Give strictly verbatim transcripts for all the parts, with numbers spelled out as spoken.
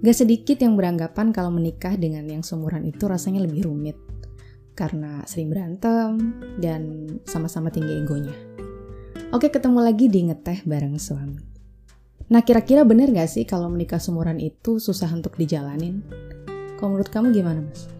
Gak sedikit yang beranggapan kalau menikah dengan yang seumuran itu rasanya lebih rumit karena sering berantem dan sama-sama tinggi egonya. Oke, ketemu lagi di Ngeteh bareng suami. Nah, kira-kira benar gak sih kalau menikah seumuran itu susah untuk dijalanin? Kalau menurut kamu gimana, Mas?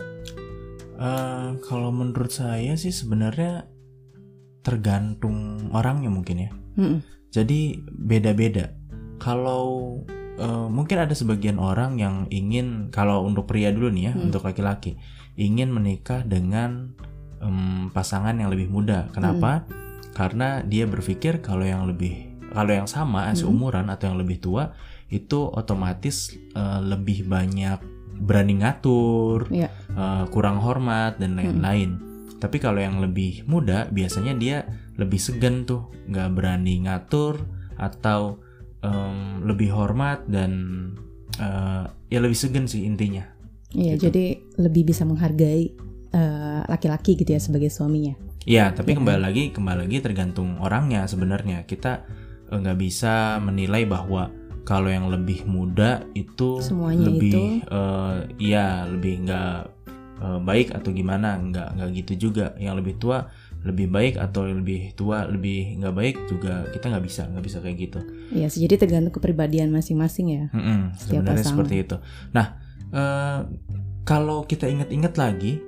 Uh, kalau menurut saya sih sebenarnya tergantung orangnya mungkin ya. Mm-mm. Jadi beda-beda. Kalau Uh, mungkin ada sebagian orang yang ingin, kalau untuk pria dulu nih ya, hmm. untuk laki-laki ingin menikah dengan um, pasangan yang lebih muda. Kenapa? Hmm. Karena dia berpikir kalau yang lebih, kalau yang sama hmm. seumuran atau yang lebih tua itu otomatis uh, lebih banyak berani ngatur, yeah. uh, kurang hormat dan lain-lain. Hmm. Tapi kalau yang lebih muda biasanya dia lebih segan tuh, nggak berani ngatur atau Um, lebih hormat dan uh, ya lebih segan sih intinya. Iya, gitu. Jadi lebih bisa menghargai uh, laki-laki gitu ya sebagai suaminya. Iya, tapi ya, kembali kan? lagi kembali lagi tergantung orangnya sebenarnya. Kita nggak uh, bisa menilai bahwa kalau yang lebih muda itu semuanya lebih, itu, uh, ya lebih nggak uh, baik atau gimana? Nggak nggak gitu juga. Yang lebih tua lebih baik atau lebih tua lebih nggak baik juga kita nggak bisa nggak bisa kayak gitu. Iya, jadi tergantung kepribadian masing-masing ya. Mm-mm, sebenarnya pasangan. Seperti itu. Nah, uh, kalau kita ingat-ingat lagi,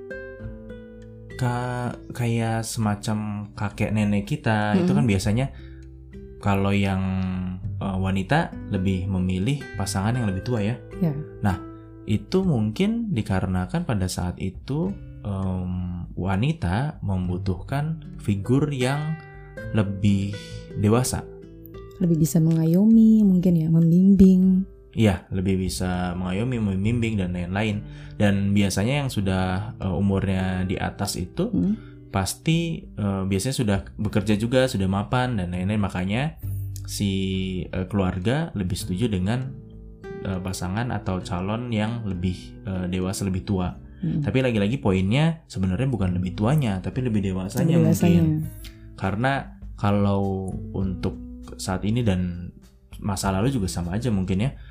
ka- kayak semacam kakek nenek kita mm-hmm. itu kan biasanya kalau yang uh, wanita lebih memilih pasangan yang lebih tua ya. Yeah. Nah, itu mungkin dikarenakan pada saat itu Um, wanita membutuhkan figur yang lebih dewasa, lebih bisa mengayomi mungkin ya, membimbing. Iya, lebih bisa mengayomi, membimbing dan lain-lain. Dan biasanya yang sudah uh, umurnya di atas itu hmm. pasti uh, biasanya sudah bekerja juga, sudah mapan dan lain-lain. Makanya si uh, keluarga lebih setuju dengan uh, pasangan atau calon yang lebih uh, dewasa, lebih tua. Hmm. Tapi lagi-lagi poinnya sebenarnya bukan lebih tuanya, tapi lebih dewasanya, lebih dewasanya mungkin. Karena kalau untuk saat ini dan masa lalu juga sama aja mungkin ya.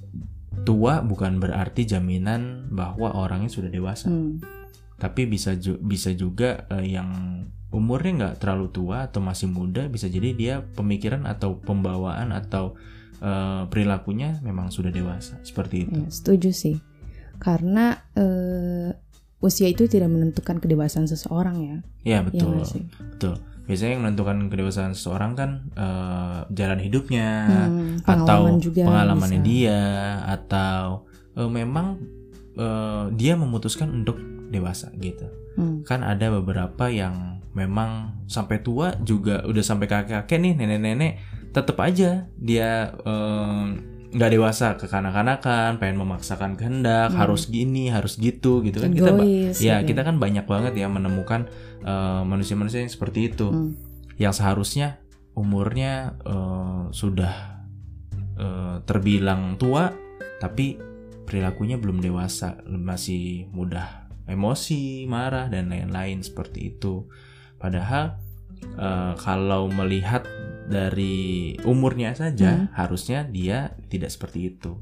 Tua bukan berarti jaminan bahwa orangnya sudah dewasa. Hmm. Tapi bisa ju- bisa juga uh, yang umurnya nggak terlalu tua atau masih muda, bisa jadi dia pemikiran atau pembawaan atau uh, perilakunya memang sudah dewasa. Seperti itu. Ya, setuju sih. Karena uh, usia itu tidak menentukan kedewasaan seseorang ya. Ya betul, ya, betul. Biasanya yang menentukan kedewasaan seseorang kan uh, jalan hidupnya hmm, atau juga pengalamannya bisa. dia atau uh, memang uh, dia memutuskan untuk dewasa gitu. Hmm. Kan ada beberapa yang memang sampai tua juga udah sampai kakek-kakek nih, nenek-nenek tetap aja dia uh, nggak dewasa, kekanak-kanakan, pengen memaksakan kehendak, hmm. harus gini, harus gitu, gitu kan. Egois, kita, ya gitu. Kita kan banyak banget ya menemukan uh, manusia-manusia yang seperti itu, hmm. yang seharusnya umurnya uh, sudah uh, terbilang tua, tapi perilakunya belum dewasa, masih mudah emosi, marah dan lain-lain seperti itu. Padahal uh, kalau melihat dari umurnya saja hmm. harusnya dia tidak seperti itu.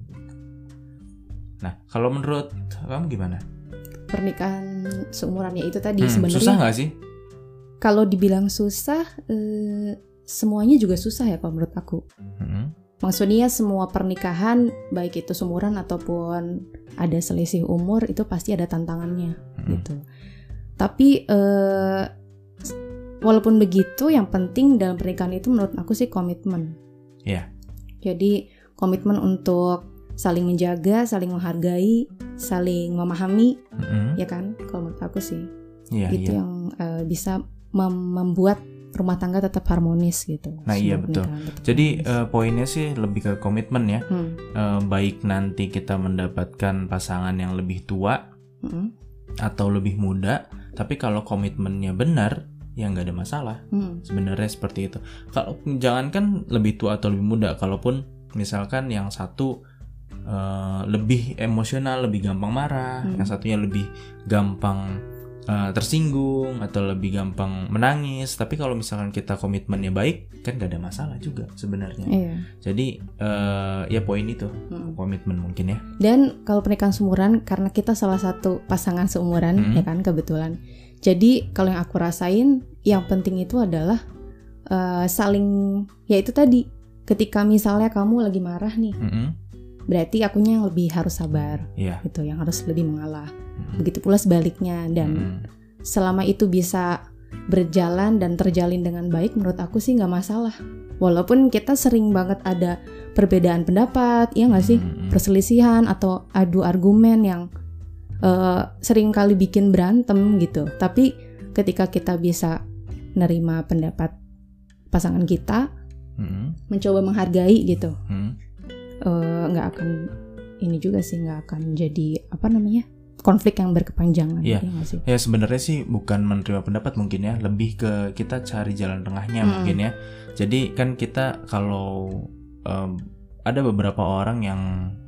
Nah, kalau menurut kamu gimana? Pernikahan seumurannya itu tadi hmm, sebenarnya susah nggak sih? Kalau dibilang susah, eh, semuanya juga susah ya kalau menurut aku. Hmm. Maksudnya semua pernikahan baik itu seumuran ataupun ada selisih umur itu pasti ada tantangannya hmm. gitu. Tapi eh, walaupun begitu, yang penting dalam pernikahan itu menurut aku sih komitmen. Iya. Yeah. Jadi komitmen untuk saling menjaga, saling menghargai, saling memahami, mm-hmm. ya kan? Kalau menurut aku sih, yeah, itu yeah. yang uh, bisa mem- membuat rumah tangga tetap harmonis gitu. Nah iya betul. Jadi uh, poinnya sih lebih ke komitmen ya. Hmm. Uh, baik nanti kita mendapatkan pasangan yang lebih tua hmm. atau lebih muda, tapi kalau komitmennya benar, ya nggak ada masalah. Hmm. Sebenarnya seperti itu. Kalau jangankan lebih tua atau lebih muda, kalaupun misalkan yang satu uh, lebih emosional, lebih gampang marah, hmm. yang satunya lebih gampang uh, tersinggung atau lebih gampang menangis. Tapi kalau misalkan kita komitmennya baik, kan gak ada masalah juga sebenarnya. Iya. Jadi uh, ya poin itu hmm. komitmen mungkin ya. Dan kalau pernikahan seumuran, karena kita salah satu pasangan seumuran hmm. ya kan kebetulan. Jadi kalau yang aku rasain, yang penting itu adalah uh, saling, ya itu tadi. Ketika misalnya kamu lagi marah nih, mm-hmm. berarti akunya yang lebih harus sabar, yeah. gitu, yang harus lebih mengalah. Mm-hmm. Begitu pula sebaliknya. Dan mm-hmm. selama itu bisa berjalan dan terjalin dengan baik, menurut aku sih nggak masalah. Walaupun kita sering banget ada perbedaan pendapat, ya nggak sih, mm-hmm. perselisihan atau adu argumen yang uh, sering kali bikin berantem gitu. Tapi ketika kita bisa nerima pendapat pasangan kita, Hmm. mencoba menghargai gitu, nggak hmm. uh, akan ini juga sih, nggak akan jadi apa namanya konflik yang berkepanjangan. Ya, ya, sih? Ya sebenarnya sih bukan menerima pendapat mungkin ya, lebih ke kita cari jalan tengahnya hmm. mungkin ya. Jadi kan kita kalau um, ada beberapa orang yang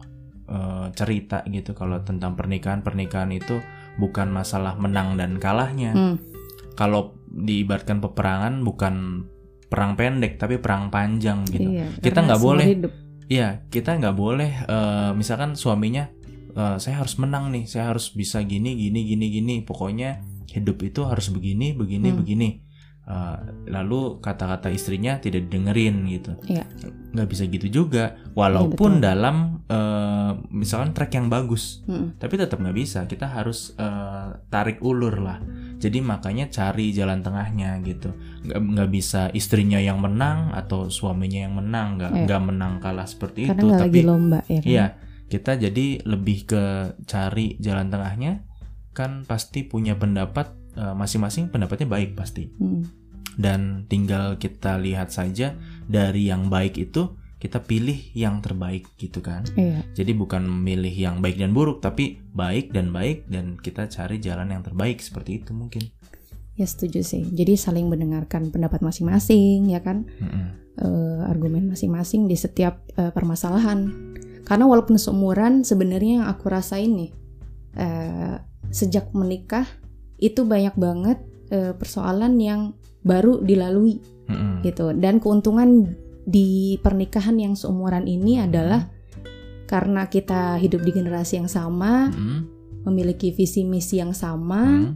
uh, cerita gitu kalau tentang pernikahan pernikahan itu bukan masalah menang dan kalahnya. Hmm. Kalau diibaratkan peperangan bukan perang pendek tapi perang panjang gitu. Iya, kita nggak boleh, iya kita nggak boleh. Uh, misalkan suaminya, uh, saya harus menang nih, saya harus bisa gini gini gini gini. Pokoknya hidup itu harus begini begini hmm. begini. Uh, lalu kata-kata istrinya tidak didengerin gitu. Iya. Nggak bisa gitu juga. Walaupun iya, dalam uh, misalkan track yang bagus, hmm. tapi tetap nggak bisa. Kita harus uh, tarik ulur lah. Jadi makanya cari jalan tengahnya gitu. Nggak nggak bisa istrinya yang menang atau suaminya yang menang. Nggak iya. nggak menang kalah seperti karena itu. Karena tapi lagi lomba ya kan? Iya. Kita jadi lebih ke cari jalan tengahnya. Kan pasti punya pendapat. Uh, masing-masing pendapatnya baik pasti. Hmm. Dan tinggal kita lihat saja dari yang baik itu kita pilih yang terbaik gitu kan. Iya. Jadi bukan memilih yang baik dan buruk, tapi baik dan baik dan kita cari jalan yang terbaik seperti itu mungkin. Ya setuju sih. Jadi saling mendengarkan pendapat masing-masing ya kan. Uh, argumen masing-masing di setiap uh, permasalahan. Karena walaupun seumuran sebenarnya yang aku rasain nih uh, sejak menikah itu banyak banget uh, persoalan yang baru dilalui mm-hmm. gitu. Dan keuntungan di pernikahan yang seumuran ini adalah karena kita hidup di generasi yang sama, mm-hmm. memiliki visi misi yang sama. Mm-hmm.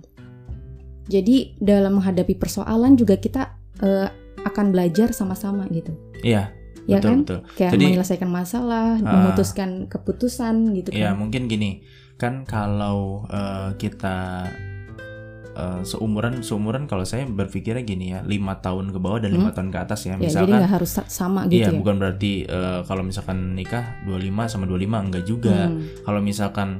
Jadi dalam menghadapi persoalan juga kita uh, akan belajar sama-sama gitu. Iya. Ya betul, kan? Betul. Kayak Jadi, menyelesaikan masalah, uh, memutuskan keputusan gitu kan. Iya, mungkin gini. Kan kalau uh, kita Uh, seumuran seumuran kalau saya berpikirnya gini ya, lima tahun ke bawah dan lima hmm? tahun ke atas ya. Misalkan, ya, jadi nggak harus sama gitu iya, ya. Bukan berarti uh, kalau misalkan nikah dua puluh lima sama dua puluh lima enggak juga. Hmm. Kalau misalkan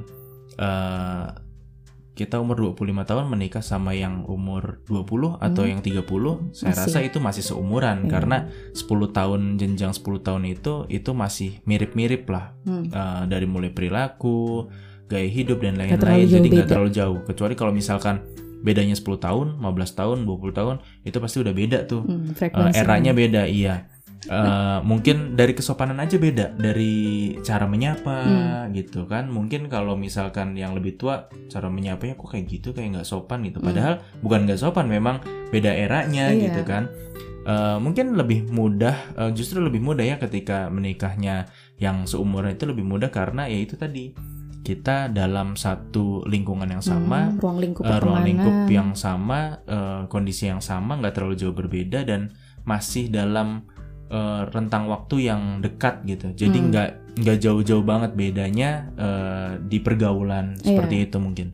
uh, kita umur dua puluh lima tahun menikah sama yang umur dua puluh atau hmm. yang tiga puluh, saya masih. rasa itu masih seumuran hmm. karena sepuluh tahun jenjang sepuluh tahun itu itu masih mirip-mirip lah. Hmm. Uh, dari mulai perilaku, gaya hidup dan lain-lain, jadi nggak terlalu jauh. Kecuali kalau misalkan bedanya sepuluh tahun, lima belas tahun, dua puluh tahun, itu pasti udah beda tuh. Hmm, uh, eranya beda, iya. Uh, mungkin dari kesopanan aja beda, dari cara menyapa hmm. gitu kan. Mungkin kalau misalkan yang lebih tua, cara menyapanya kok kayak gitu, kayak nggak sopan gitu. Padahal hmm. bukan nggak sopan, memang beda eranya iya. gitu kan. Uh, mungkin lebih mudah, uh, justru lebih mudah ya ketika menikahnya yang seumuran itu lebih mudah karena ya itu tadi. Kita dalam satu lingkungan yang sama, hmm, ruang lingkup uh, ruang lingkup yang sama, uh, kondisi yang sama, nggak terlalu jauh berbeda dan masih dalam uh, rentang waktu yang dekat gitu. Jadi hmm. nggak nggak jauh-jauh banget bedanya uh, di pergaulan seperti yeah. itu mungkin.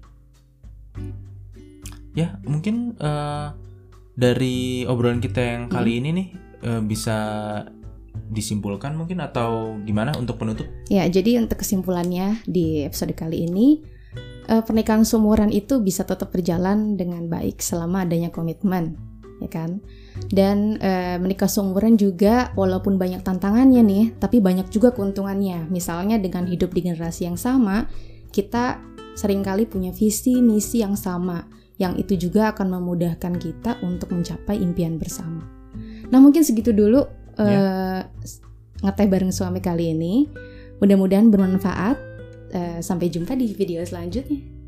Ya mungkin uh, dari obrolan kita yang kali hmm. ini nih uh, bisa disimpulkan mungkin atau gimana untuk penutup? Ya, jadi untuk kesimpulannya di episode kali ini, eh, pernikahan seumuran itu bisa tetap berjalan dengan baik selama adanya komitmen, ya kan? Dan eh, menikah seumuran juga walaupun banyak tantangannya nih, tapi banyak juga keuntungannya. Misalnya dengan hidup di generasi yang sama, kita seringkali punya visi misi yang sama, yang itu juga akan memudahkan kita untuk mencapai impian bersama. Nah, mungkin segitu dulu. Uh, ngeteh bareng suami kali ini. Mudah-mudahan bermanfaat. uh, Sampai jumpa di video selanjutnya.